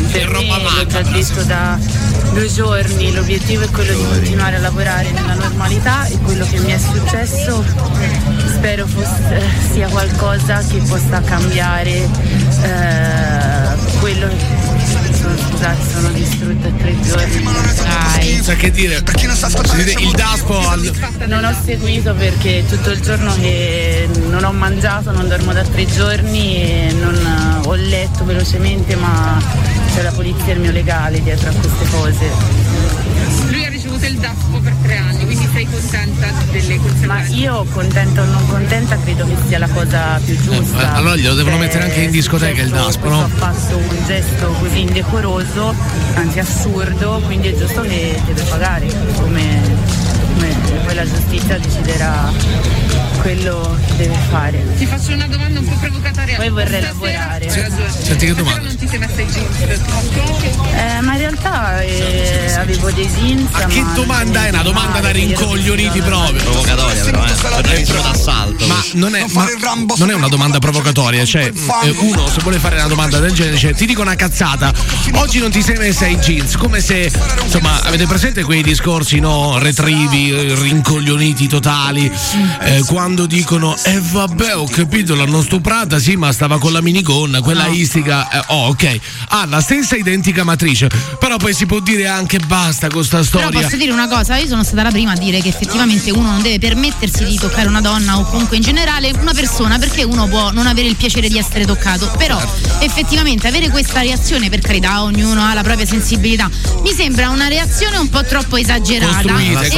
Per me, l'ho già detto da 2 giorni, l'obiettivo è quello di continuare a lavorare nella normalità e quello che mi è successo spero sia qualcosa che possa cambiare quello scusate, sono distrutta 3 giorni. Dai. Sa che dire? Il Daspo non ho seguito perché tutto il giorno che non ho mangiato, non dormo da 3 giorni e non ho letto velocemente, ma c'è la polizia e il mio legale dietro a queste cose. Lui ha ricevuto il Daspo per 3 anni, quindi sei contenta delle conseguenze? Ma io, contenta o non contenta, credo che sia la cosa più giusta. Allora glielo devono mettere anche in discoteca il Daspo, no? Ha fatto un gesto così indecoroso, anzi assurdo, quindi è giusto che deve pagare, come poi la giustizia deciderà quello che deve fare. Ti faccio una domanda un po' provocatoria. Poi vorrei lavorare. Senti che domanda. Non ti sei messa i jeans? Ma in realtà avevo dei jeans. Ma che domanda è? Una domanda da rincoglioniti proprio. Provocatoria però, registro d'assalto. Ma non è una domanda provocatoria, cioè uno se vuole fare una domanda del genere, cioè, ti dico una cazzata, oggi non ti sei messa i jeans, come se, insomma, avete presente quei discorsi, no, retrivi, rincoglioniti totali, quando dicono vabbè, ho capito, l'hanno stuprata, sì, ma stava con la minigonna, quella istica, ok, ha la stessa identica matrice, però poi si può dire anche basta con sta storia. Però posso dire una cosa, io sono stata la prima a dire che effettivamente uno non deve permettersi di toccare una donna o comunque in generale una persona, perché uno può non avere il piacere di essere toccato, però effettivamente avere questa reazione, per carità, ognuno ha la propria sensibilità, mi sembra una reazione un po' troppo esagerata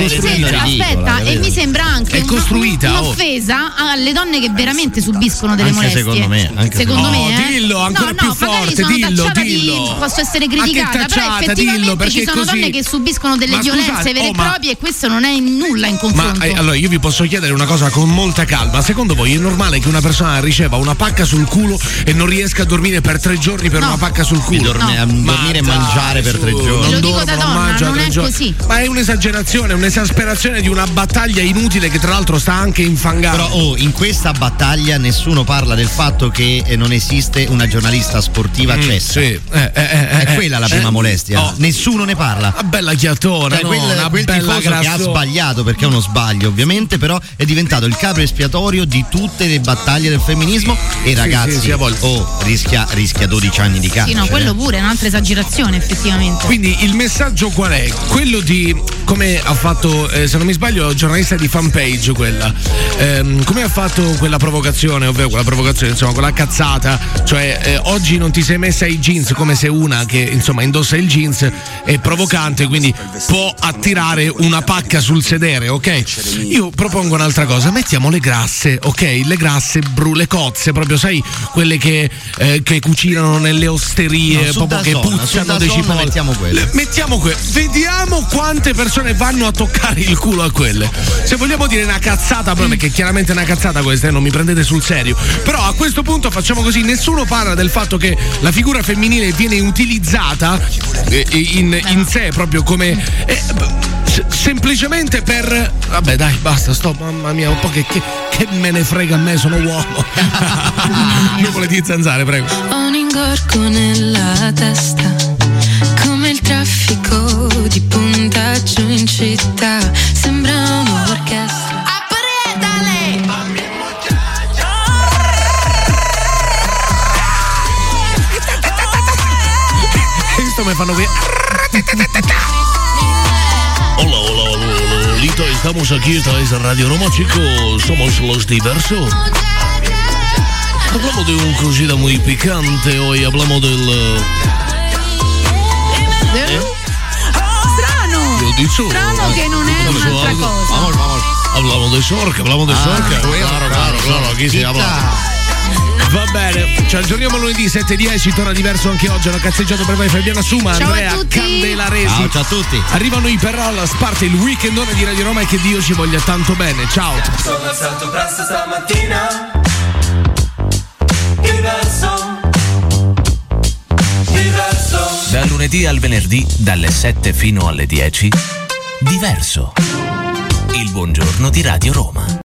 e mi sembra anche un'offesa alle donne che veramente subiscono delle molestie. Secondo me, dillo ancora più forte, dillo. Posso essere criticata, però effettivamente ci sono donne che subiscono delle violenze vere e proprie, e questo non è nulla in confronto. Ma allora io vi posso chiedere una cosa con molta calma: secondo voi è normale che una persona riceva una pacca sul culo e non riesca a dormire per 3 giorni per una pacca sul culo? Dormire e mangiare per 3 giorni. Lo dico da donna, non è così. Ma è un'esagerazione, un'esasperazione di una battaglia inutile che tra l'altro sta anche infangando. Però in questa battaglia nessuno parla del fatto che non esiste una giornalista sportiva cessa. Sì. È quella la prima molestia. Nessuno ne parla. Una bella chiattona, quel tifoso che ha sbagliato, perché è uno sbaglio ovviamente, però è diventato il capro espiatorio di tutte le battaglie del femminismo e ragazzi, rischia 12 anni di carcere. Sì, no, quello pure è un'altra esagerazione effettivamente. Quindi il messaggio qual è? Quello di, come ha fatto, se non mi sbaglio, giornalista di Fanpage, quella, come ha fatto quella provocazione, ovvero quella provocazione, insomma, quella cazzata, cioè oggi non ti sei messa i jeans, come se una che insomma indossa il jeans è provocante, quindi può attirare una pacca sul sedere, ok? Io propongo un'altra cosa, mettiamo le grasse, ok? Le grasse, le cozze, proprio, sai, quelle che cucinano nelle osterie, proprio che puzzano dei cipolle. Mettiamo quelle. Vediamo quante persone vanno a toccare il culo a quelle. Se vogliamo dire una cazzata, perché chiaramente è una cazzata questa, non mi prendete sul serio, però a questo punto facciamo così: nessuno parla del fatto che la figura femminile viene utilizzata in sé proprio come semplicemente per, vabbè dai basta, mamma mia, un po' che me ne frega a me, sono uomo. Nuvole di zanzare, prego. Ho un ingorgo nella testa, come il traffico di punta giù in città, sembra un'orchestra. Esto me fanno bien. Hola, Lolita, estamos aquí otra vez en Radio Roma, chicos, somos los Diversos. Hablamos de una cosita muy picante hoy, hablamos del... Strano! Lo dicho. Strano che non è un'altra cosa. Vamos. Hablamos de Sorca. Claro, aquí si habla. Va bene, ci aggiorniamo lunedì 7:10, torna Diverso anche oggi, una cazzeggiata per voi Fabiana Suma, ciao Andrea Candelaresi. Ciao a tutti. Arrivano i Perallas, parte il weekendone di Radio Roma e che Dio ci voglia tanto bene. Ciao. Sono alzato presto stamattina. Diverso. Da lunedì al venerdì, dalle 7 fino alle 10. Diverso. Il buongiorno di Radio Roma.